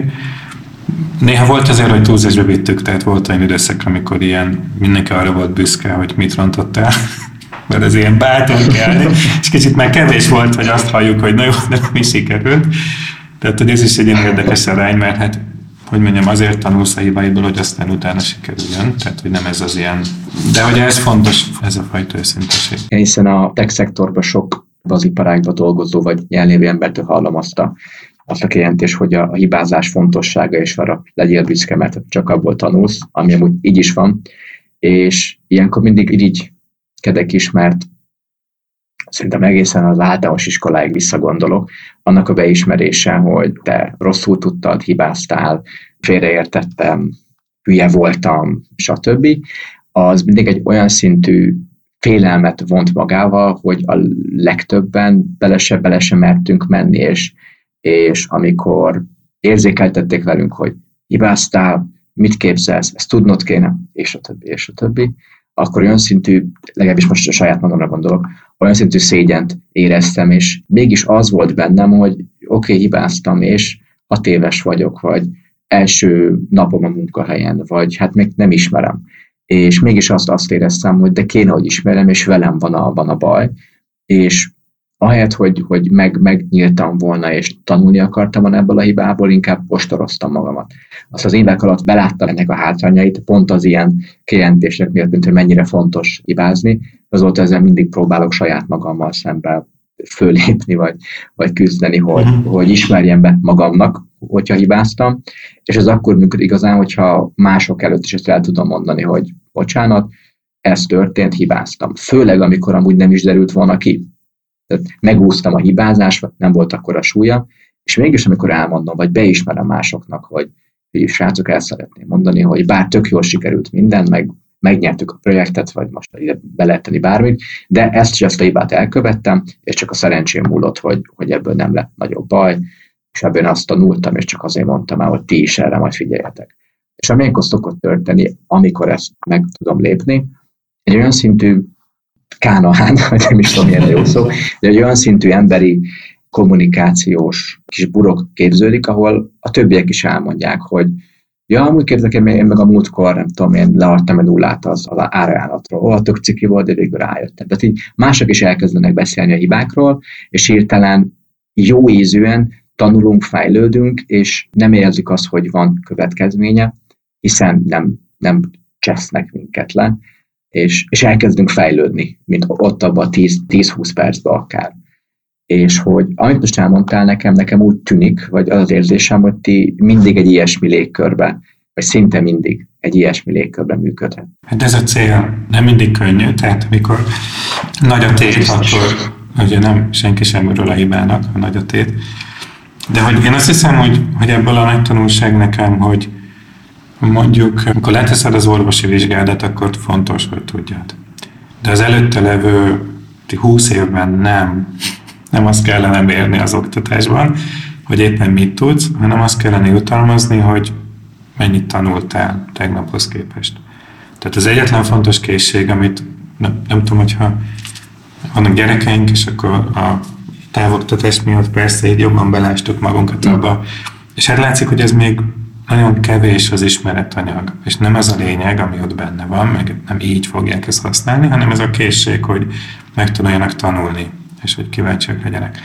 Néha volt azért, hogy túlzásba vittük, tehát volt olyan időszak, amikor ilyen mindenki arra volt büszke, hogy mit rontottál, mert ez ilyen bátor kell, és kicsit már kevés volt, hogy azt halljuk, hogy na jó, de mi sikerült. Tehát, hogy ez is egy ilyen érdekes arány, mert hát, hogy mondjam, azért tanulsz a hibáidból, hogy aztán utána sikerüljön, tehát, hogy nem ez az ilyen, de hogy ez fontos, ez a fajta őszinteség. Hiszen a tech szektorban sok az iparágban dolgozó, vagy jelenlévő embertől hallom azt a azt a kijelentés, hogy a hibázás fontossága, és arra legyél büszke, mert csak abból tanulsz, ami amúgy így is van, és ilyenkor mindig irigykedek is, mert szerintem egészen az általános iskoláig visszagondolok, annak a beismerése, hogy te rosszul tudtad, hibáztál, félreértettem, hülye voltam, stb. Az mindig egy olyan szintű félelmet vont magával, hogy a legtöbben bele se, bele se mertünk menni, és és amikor érzékeltették velünk, hogy hibáztál, mit képzelsz, ezt tudnod kéne, és a többi, és a többi, akkor olyan szintű, legalábbis most a saját magamra gondolok, olyan szintű szégyent éreztem, és mégis az volt bennem, hogy oké, okay, hibáztam, és hat éves vagyok, vagy első napom a munkahelyen, vagy hát még nem ismerem. És mégis azt, azt éreztem, hogy de kéne, hogy ismerem, és velem van a, van a baj, és ahelyett, hogy, hogy meg, megnyíltam volna, és tanulni akartam volna ebből a hibából, inkább ostoroztam magamat. Azt az évek alatt beláttam ennek a hátrányait, pont az ilyen kijelentések miatt, mint hogy mennyire fontos hibázni, azóta ezzel mindig próbálok saját magammal szemben fölépni, vagy, vagy küzdeni, hogy, uh-huh. hogy ismerjem be magamnak, hogyha hibáztam, és ez akkor működik igazán, hogyha mások előtt is ezt el tudom mondani, hogy bocsánat, ez történt, hibáztam. Főleg, amikor amúgy nem is derült volna ki. Tehát megúsztam a hibázást, nem volt akkora súlya, és mégis amikor elmondom, vagy beismerem másoknak, hogy, hogy srácok, el szeretném mondani, hogy bár tök jól sikerült minden, meg megnyertük a projektet, vagy most ide be lehet tenni bármit, de ezt is ezt a hibát elkövettem, és csak a szerencsém múlott, hogy, hogy ebből nem lett nagyobb baj, és ebből azt tanultam, és csak azért mondtam el, hogy ti is erre majd figyeljetek. És amilyenkor szokott történni, amikor ezt meg tudom lépni, egy olyan szintű Kánaán, vagy nem is tudom, milyen jó szó, de egy olyan szintű emberi kommunikációs kis burok képződik, ahol a többiek is elmondják, hogy ja, amúgy képzelek, én meg a múltkor, nem tudom, én leadtam egy nullát az, az árajánlatról, ó, tök ciki volt, de végül rájöttem. Tehát így mások is elkezdenek beszélni a hibákról, és hirtelen jó ízűen tanulunk, fejlődünk, és nem érezzük azt, hogy van következménye, hiszen nem, nem csesznek minket le, és, és elkezdünk fejlődni, mint ott abban a tíz-húsz percben akár. És hogy amit most elmondtál nekem, nekem úgy tűnik, vagy az az érzésem, hogy ti mindig egy ilyesmi légkörben, vagy szinte mindig egy ilyesmi légkörben működhet. Hát ez a cél nem mindig könnyű, tehát amikor nagy a tét, akkor ugye nem senki sem örül a hibának, ha nagy a tét. De hogy én azt hiszem, hogy, hogy ebből a nagy tanulság nekem, hogy mondjuk, amikor leteszed az orvosi vizsgádat, akkor fontos, hogy tudjad. De az előtte levő húsz évben nem, nem azt kellene mérni az oktatásban, hogy éppen mit tudsz, hanem azt kellene jutalmazni, hogy mennyit tanultál tegnaphoz képest. Tehát az egyetlen fontos készség, amit nem, nem tudom, hogyha vannak gyerekeink, és akkor a távoktatás miatt persze így jobban belástuk magunkat abba, és hát látszik, hogy ez még nagyon kevés az ismeretanyag, és nem ez a lényeg, ami ott benne van, meg nem így fogják ezt használni, hanem ez a készség, hogy meg tudjanak tanulni, és hogy kíváncsiak legyenek.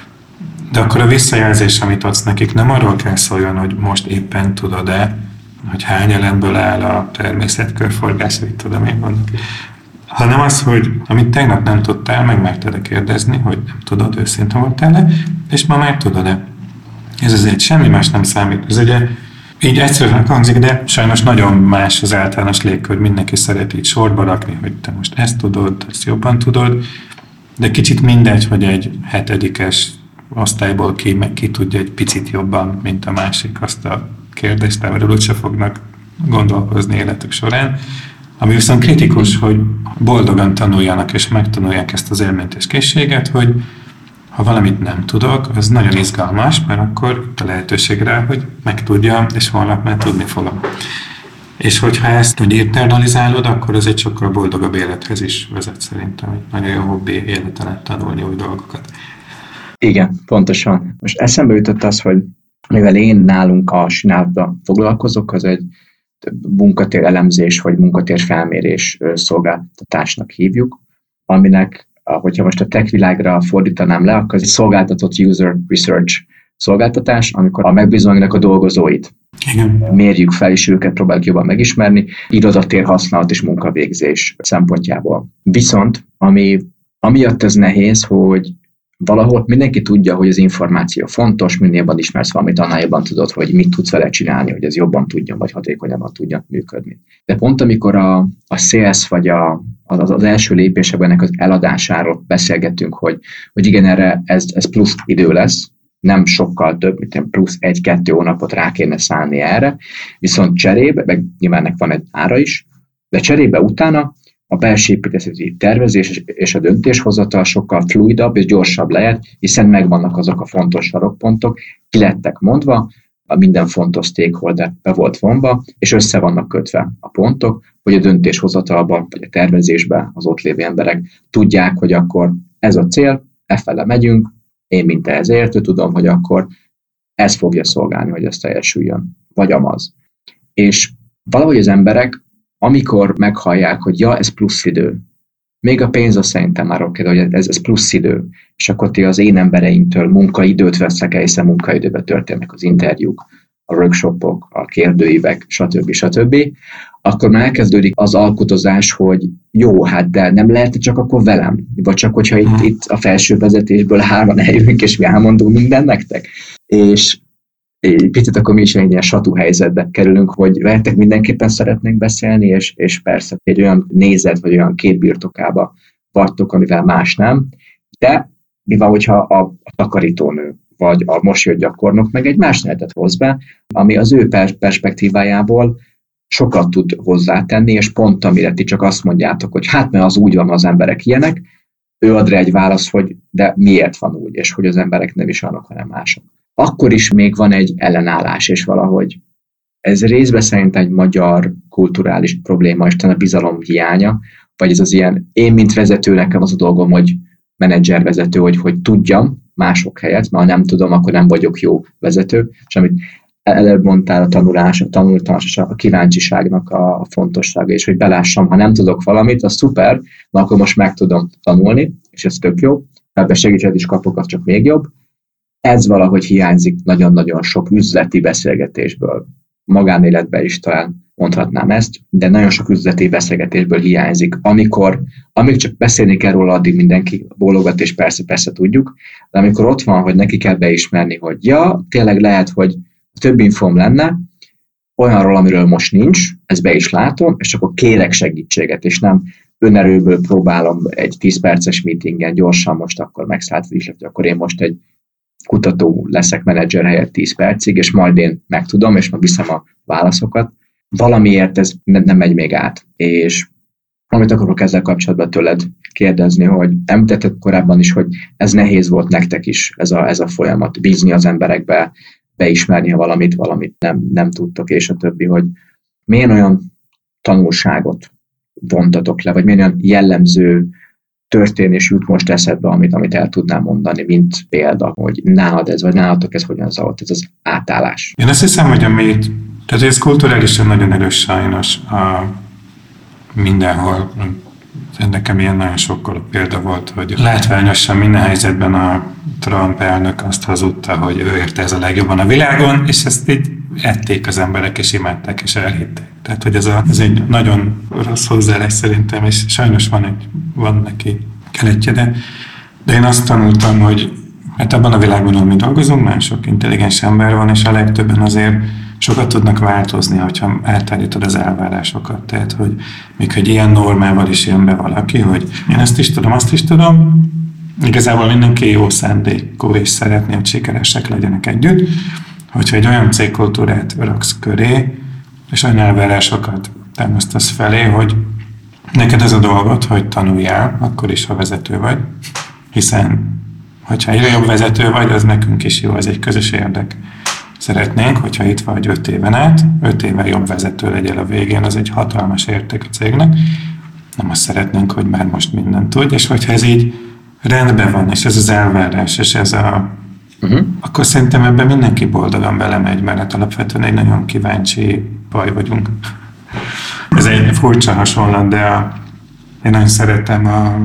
De akkor a visszajelzés, amit adsz nekik, nem arról kell szóljon, hogy most éppen tudod-e, hogy hány elemből áll a természetkörforgás, hogy tudom én vannak, hanem az, hogy amit tegnap nem tudtál, meg merted-e kérdezni, hogy nem tudod, őszinte voltál-e, és ma már tudod-e. Ez azért semmi más nem számít. Ez ugye így egyszerűen hangzik, de sajnos nagyon más az általános légkör, hogy mindenki szeret így sorba rakni, hogy te most ezt tudod, ezt jobban tudod, de kicsit mindegy, hogy egy hetedikes osztályból ki, meg ki tudja egy picit jobban, mint a másik azt a kérdést, erről úgyse fognak gondolkozni életük során. Ami viszont kritikus, hogy boldogan tanuljanak és megtanulják ezt az élményt és készséget, hogy ha valamit nem tudok, az nagyon izgalmas, mert akkor a lehetőség rá, hogy megtudjam, és holnap már tudni fogom. És hogyha ezt hogy internalizálod, akkor ez egy sokkal boldogabb élethez is vezet szerintem. Egy nagyon jó hobbi életen át tanulni új dolgokat. Igen, pontosan. Most eszembe jutott az, hogy mivel én nálunk a Sinávban foglalkozok, az egy munkatér elemzés vagy munkatér felmérés szolgáltatásnak hívjuk, aminek, hogyha most a tech világra fordítanám le, akkor ez egy szolgáltatott user research szolgáltatás, amikor a megbízóinknak a dolgozóit Igen. mérjük fel, és őket próbáljuk jobban megismerni, irodatér használat és munkavégzés szempontjából. Viszont, ami amiatt ez nehéz, hogy valahol mindenki tudja, hogy az információ fontos, minél jobban ismersz valamit, annál jobban tudod, hogy mit tudsz vele csinálni, hogy ez jobban tudjon, vagy hatékonyabban tudjon működni. De pont amikor a, a sales vagy a, az, az első lépésekben ennek az eladásáról beszélgetünk, hogy, hogy igen, erre ez, ez plusz idő lesz, nem sokkal több, mint plusz egy-kettő hónapot rá kéne szállni erre, viszont cserébe, meg nyilván ennek van egy ára is, de cserébe utána a belső építészeti tervezés és a döntéshozatal sokkal fluidabb és gyorsabb lehet, hiszen megvannak azok a fontos sarokpontok, ki lettek mondva, a minden fontos stakeholder be volt vonva, és össze vannak kötve a pontok, hogy a döntéshozatalban, vagy a tervezésben az ott lévő emberek tudják, hogy akkor ez a cél, efele megyünk, én mint ehhez értő tudom, hogy akkor ez fogja szolgálni, hogy ez teljesüljön, vagy amaz. És valahogy az emberek, amikor meghallják, hogy ja, ez plusz idő, még a pénz az szerintem már oké, hogy ez, ez plusz idő, és akkor ti az én embereimtől munkaidőt veszek el, hiszen munkaidőben történnek az interjúk, a workshopok, a kérdőívek, stb. stb., akkor már elkezdődik az alkotozás, hogy jó, hát de nem lehet csak akkor velem, vagy csak hogyha itt, itt a felső vezetésből hárman eljövünk, és mi elmondunk minden nektek. És egy picit akkor mi is egy ilyen satú helyzetbe kerülünk, hogy veletek mindenképpen szeretnénk beszélni, és, és persze egy olyan nézet, vagy olyan két birtokába vagytok, amivel más nem, de mi van, hogyha a, a takarítónő, vagy a mosolyos gyakornok meg egy más nehetet hoz be, ami az ő perspektívájából sokat tud hozzátenni, és pont amire ti csak azt mondjátok, hogy hát mert az úgy van, az emberek ilyenek, ő ad rá egy választ, hogy de miért van úgy, és hogy az emberek nem is olyanok, hanem mások. Akkor is még van egy ellenállás, és valahogy ez részben szerint egy magyar kulturális probléma, és talán a bizalom hiánya, vagy ez az ilyen, én mint vezető, nekem az a dolgom, hogy menedzservezető, hogy, hogy tudjam mások helyett, mert ha nem tudom, akkor nem vagyok jó vezető, és amit előbb mondtál, a tanulás, a tanulás, a kíváncsiságnak a, a fontossága, és hogy belássam, ha nem tudok valamit, az szuper, na akkor most meg tudom tanulni, és ez tök jó, ebben segítséget is kapok, az csak még jobb. Ez valahogy hiányzik nagyon-nagyon sok üzleti beszélgetésből. Magánéletben is talán mondhatnám ezt, de nagyon sok üzleti beszélgetésből hiányzik. Amikor, amíg csak beszélni kell róla, addig mindenki bólogat, és persze-persze tudjuk, de amikor ott van, hogy neki kell beismerni, hogy ja, tényleg lehet, hogy több infóm lenne, olyanról, amiről most nincs, ezt be is látom, és akkor kérek segítséget, és nem önerőből próbálom egy tíz perces meetingen gyorsan most akkor megszállt hogy akkor én most egy kutató leszek menedzser helyett tíz percig, és majd én megtudom, és majd viszem a válaszokat. Valamiért ez nem megy még át. És amit akarok ezzel kapcsolatban tőled kérdezni, hogy említetted korábban is, hogy ez nehéz volt nektek is, ez a, ez a folyamat, bízni az emberekbe, beismerni, ha valamit, valamit nem, nem tudtok, és a többi, hogy milyen olyan tanulságot vontatok le, vagy milyen olyan jellemző történés jut most eszedbe, amit, amit el tudnám mondani, mint példa, hogy nálad ez, vagy nálatok ez hogyan zajlott, ez az átállás. Én azt hiszem, hogy amit, tehát ez kulturálisan nagyon erős sajnos a mindenhol. Nekem ilyen nagyon sokkoló példa volt, hogy látványosan minden helyzetben a Trump elnök azt hazudta, hogy ő érte ez a legjobban a világon, és ezt így ették az emberek, és imádták, és elhitték. Tehát, hogy ez, a, ez egy nagyon rossz hozzáállás szerintem, és sajnos van, egy, van neki keletje, de, de én azt tanultam, hogy hát abban a világban, ahol mi dolgozunk, már sok intelligens ember van, és a legtöbben azért sokat tudnak változni, hogyha átállítod az elvárásokat. Tehát, hogy még egy ilyen normával is jön be valaki, hogy én ezt is tudom, azt is tudom, igazából mindenki jó szándékú és szeretné, hogy sikeresek legyenek együtt, hogyha egy olyan cégkultúrát raksz köré, és olyan elvárásokat támasztasz felé, hogy neked ez a dolgot, hogy tanuljál, akkor is, ha vezető vagy, hiszen hogyha egy jobb vezető vagy, az nekünk is jó, ez egy közös érdek. Szeretnénk, hogyha itt vagy öt éven át, öt éve jobb vezető legyél a végén, az egy hatalmas érték a cégnek. Nem azt szeretnénk, hogy már most mindent tudj, és hogyha ez így rendben van, és ez az elvárás, és ez a... Uh-huh. Akkor szerintem ebben mindenki boldogan belemegy, mert hát alapvetően egy nagyon kíváncsi baj vagyunk. Ez egy furcsa hasonlat, de a, én nagyon szeretem a...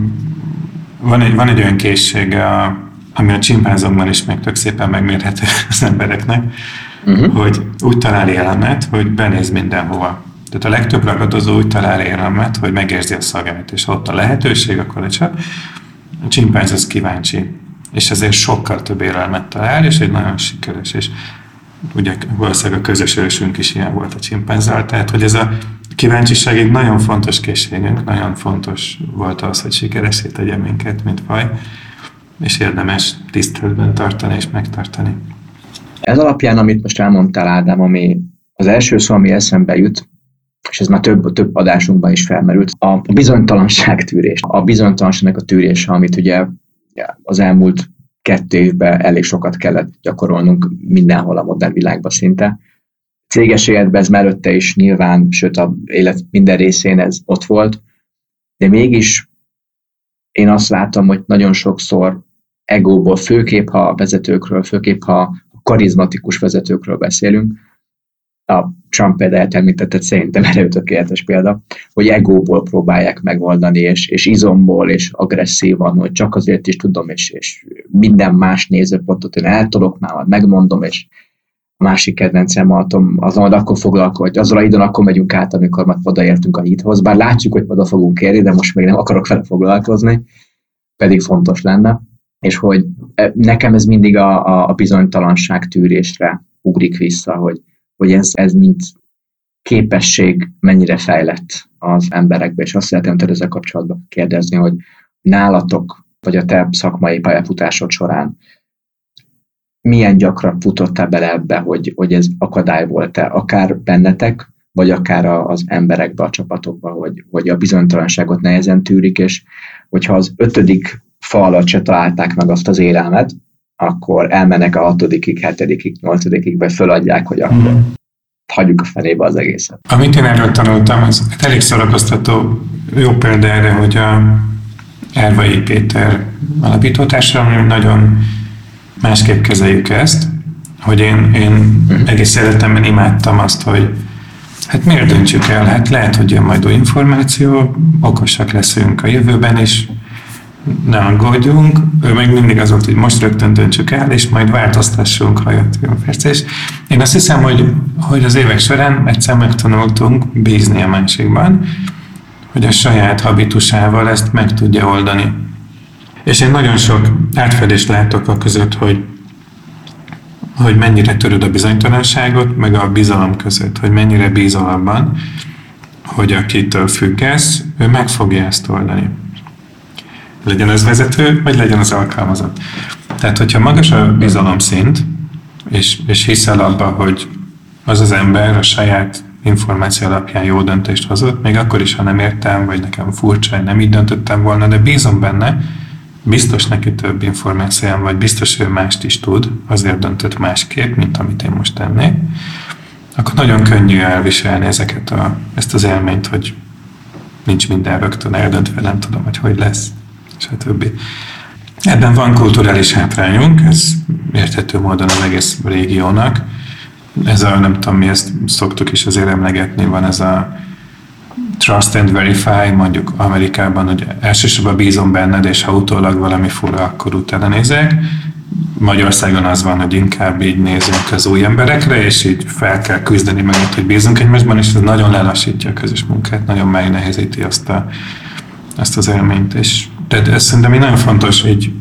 Van egy, van egy olyan készsége, a, ami a csimpánzokban is még tök szépen megmérhető az embereknek, uh-huh. hogy úgy talál élelmet, hogy benéz mindenhova. Tehát a legtöbb ragadozó úgy talál élelmet, hogy megérzi a szagát, és ha ott a lehetőség, akkor csak a csimpánz az kíváncsi, és ezért sokkal több élelmet talál, és egy nagyon sikeres, és ugye valószínűleg a közös ősünk is ilyen volt a csimpánzzal, tehát hogy ez a kíváncsiság egy nagyon fontos készségünk, nagyon fontos volt az, hogy sikeressé tegye minket, mint faj, és érdemes tiszteletben tartani és megtartani. Ez alapján, amit most elmondtál, Ádám, ami az első szó, ami eszembe jut, és ez már több, több adásunkban is felmerült, a bizonytalanság tűrés. A bizonytalanságnak a tűrése, amit ugye az elmúlt kettő évben elég sokat kellett gyakorolnunk mindenhol a modern világban szinte. Céges életben ez mellette is nyilván, sőt a élet minden részén ez ott volt, de mégis én azt látom, hogy nagyon sokszor egóból, főképp ha vezetőkről, főképp ha karizmatikus vezetőkről beszélünk, a Trump példáját említetted, szerintem erre tökéletes példa, hogy egóból próbálják megoldani, és, és izomból, és agresszívan, hogy csak azért is tudom, és, és minden más nézőpontot én eltolok már, megmondom, és a másik kedvencem atom, azon majd akkor foglalkozunk, azzal a időn akkor megyünk át, amikor már odaértünk a hídhoz, bár látjuk, hogy oda fogunk érni, de most még nem akarok vele foglalkozni, pedig fontos lenne, és hogy nekem ez mindig a, a, a bizonytalanság tűrésre ugrik vissza, hogy, hogy ez, ez mint képesség mennyire fejlett az emberekbe, és azt szeretném ezzel kapcsolatban kérdezni, hogy nálatok, vagy a te szakmai pályafutásod során milyen gyakran futottál bele ebbe, hogy, hogy ez akadály volt-e, akár bennetek, vagy akár az emberekbe, a csapatokba, hogy, hogy a bizonytalanságot nehezen tűrik, és hogyha az ötödik fa alatt se találták meg azt az élelmet, akkor elmennek a hatodikig, hetedikig, nyolcadikig, be föladják, hogy akkor mm. hagyjuk a fenébe az egészet. Amit én erről tanultam, az elég szórakoztató, jó példa erre, hogy a Ervai Péter alapítótársadalom nagyon másképp kezeljük ezt, hogy én, én mm. egész életemben imádtam azt, hogy hát miért döntsük el? Hát lehet, hogy jön majd új információ, okosak leszünk a jövőben, és ne aggódjunk. Ő meg mindig az volt, hogy most rögtön döntsük el, és majd változtassunk, ha jött jön perc. És én azt hiszem, hogy, hogy az évek során egyszer megtanultunk bízni a másikban, hogy a saját habitusával ezt meg tudja oldani. És én nagyon sok átfedést látok a között, hogy hogy mennyire töröd a bizonytalanságot, meg a bizalom között, hogy mennyire bízol abban, hogy akitől függesz, ő meg fogja ezt oldani. Legyen az vezető, vagy legyen az alkalmazott. Tehát, hogyha magas a bizalomszint, és, és hiszel abba, hogy az az ember a saját információ alapján jó döntést hozott, még akkor is, ha nem értem, vagy nekem furcsa, nem így döntöttem volna, de bízom benne, biztos neki több információm, vagy biztos ő mást is tud, azért döntött másképp, mint amit én most tennék, akkor nagyon könnyű elviselni ezeket a, ezt az élményt, hogy nincs minden rögtön eldöntve, nem tudom, hogy hogy lesz, stb. Ebben van kulturális hátrányunk, ez érthető módon az egész régiónak. Ez a, nem tudom mi, ezt szoktuk is azért emlegetni, van ez a trust and verify, mondjuk Amerikában, hogy elsősorban bízom benned, és ha utólag valami fura, akkor utána nézek. Magyarországon az van, hogy inkább így nézünk az új emberekre, és így fel kell küzdeni meg, hogy bízunk egymásban, és ez nagyon lelassítja a közös munkát, nagyon megnehezíti azt, a, azt az élményt. És de ez szerintem így nagyon fontos, így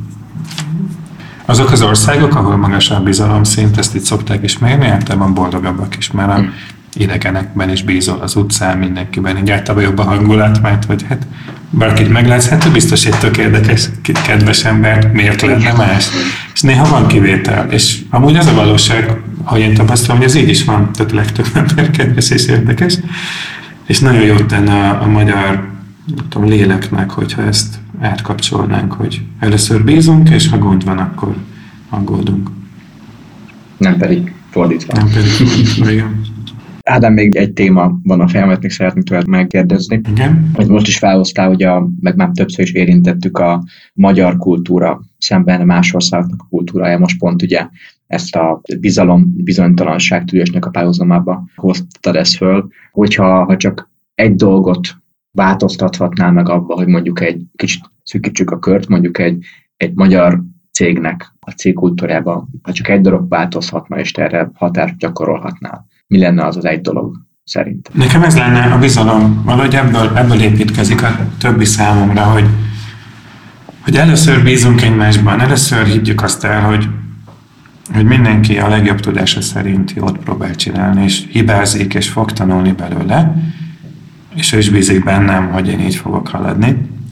azok az országok, ahol magas a bizalomszint, ezt itt szokták is mérni, általában boldogabbak is, mert a idegenekben is bízol, az utcán, mindenkiben, így általában jobb a hangulat, mert hogy hát bárkit meglátsz, hát biztos egy tök érdekes, kedves ember, miért lenne más? És néha van kivétel, és amúgy az a valóság, hogy én tapasztalom, hogy ez így is van, tehát legtöbb ember kedves és érdekes, és nagyon jót tenne a, a magyar tudom, léleknek, hogyha ezt átkapcsolnánk, hogy először bízunk, és ha gond van, akkor aggódunk. Nem pedig fordítva. Nem pedig fordítva, igen. Ádám, még egy téma van a fejemet, még szeretnék tőled megkérdezni. Igen. Hogy most is felhoztál, hogy a, meg már többször is érintettük a magyar kultúra szemben más országoknak a kultúrája. Most pont ugye ezt a bizalom, bizonytalanság tűrésnek a párhuzamába hoztad ezt föl. Hogyha ha csak egy dolgot változtathatnál meg abba, hogy mondjuk egy kicsit szűkítsük a kört, mondjuk egy, egy magyar cégnek a cégkultúrában, ha csak egy dolog változhatna, és te erre hatást gyakorolhatnál, mi lenne az az egy dolog szerint? Nekem ez lenne a bizalom, valahogy ebből, ebből építkezik a többi számomra, hogy, hogy először bízunk egymásban, először higgyük azt el, hogy, hogy mindenki a legjobb tudása szerint jót próbál csinálni, és hibázik, és fog tanulni belőle, és ő is bízik bennem, hogy én így fogok haladni,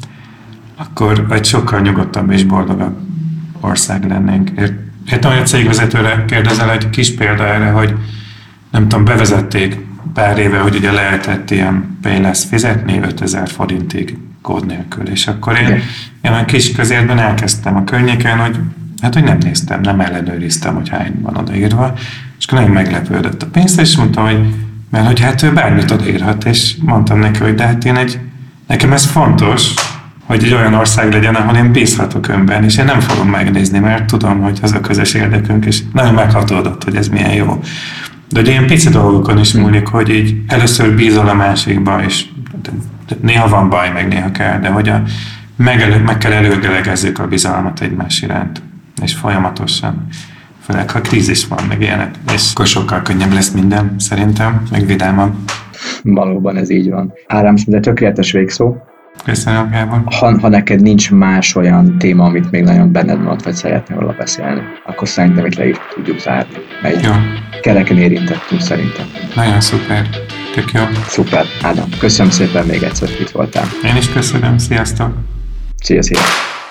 akkor egy sokkal nyugodtabb és boldogabb ország lennénk. Értem, hogy a cégvezetőre kérdezel, egy kis példa erre, hogy nem tudom, bevezették pár éve, hogy ugye lehetett ilyen Payless fizetni ötezer forintig kód nélkül, és akkor én, én a kis közértben elkezdtem a környéken, hogy hát, hogy nem néztem, nem ellenőriztem, hogy hány van odaírva, és akkor nagyon meglepődött a pénzt, és mondta, hogy mert hogy hát ő bármit odaírhat, és mondtam neki, hogy de hát én egy, nekem ez fontos, hogy egy olyan ország legyen, ahol én bízhatok önben, és én nem fogom megnézni, mert tudom, hogy az a közös érdekünk, és nagyon meghatódott, hogy ez milyen jó. De ugye ilyen pici dolgokon is múlik, hogy így először bízol a másikba, és néha van baj, meg néha kell, de hogy a, meg, elő, meg kell előgelegezzük a bizalmat egymás iránt, és folyamatosan, főleg ha krízis van, meg ilyenek, és akkor sokkal könnyebb lesz minden, szerintem, meg vidámabb. Valóban ez így van. Ádám, de tökéletes végszó. Köszönöm, Gábor. Ha, ha neked nincs más olyan téma, amit még nagyon benned maradt, vagy szeretnél róla beszélni, akkor szerintem itt le is tudjuk zárni. Egy jó. Kereken érintettünk szerintem. Nagyon szuper. Tök jó. Szuper. Ádám, köszönöm szépen még egyszer, hogy itt voltál. Én is köszönöm. Sziasztok. Szia, szia.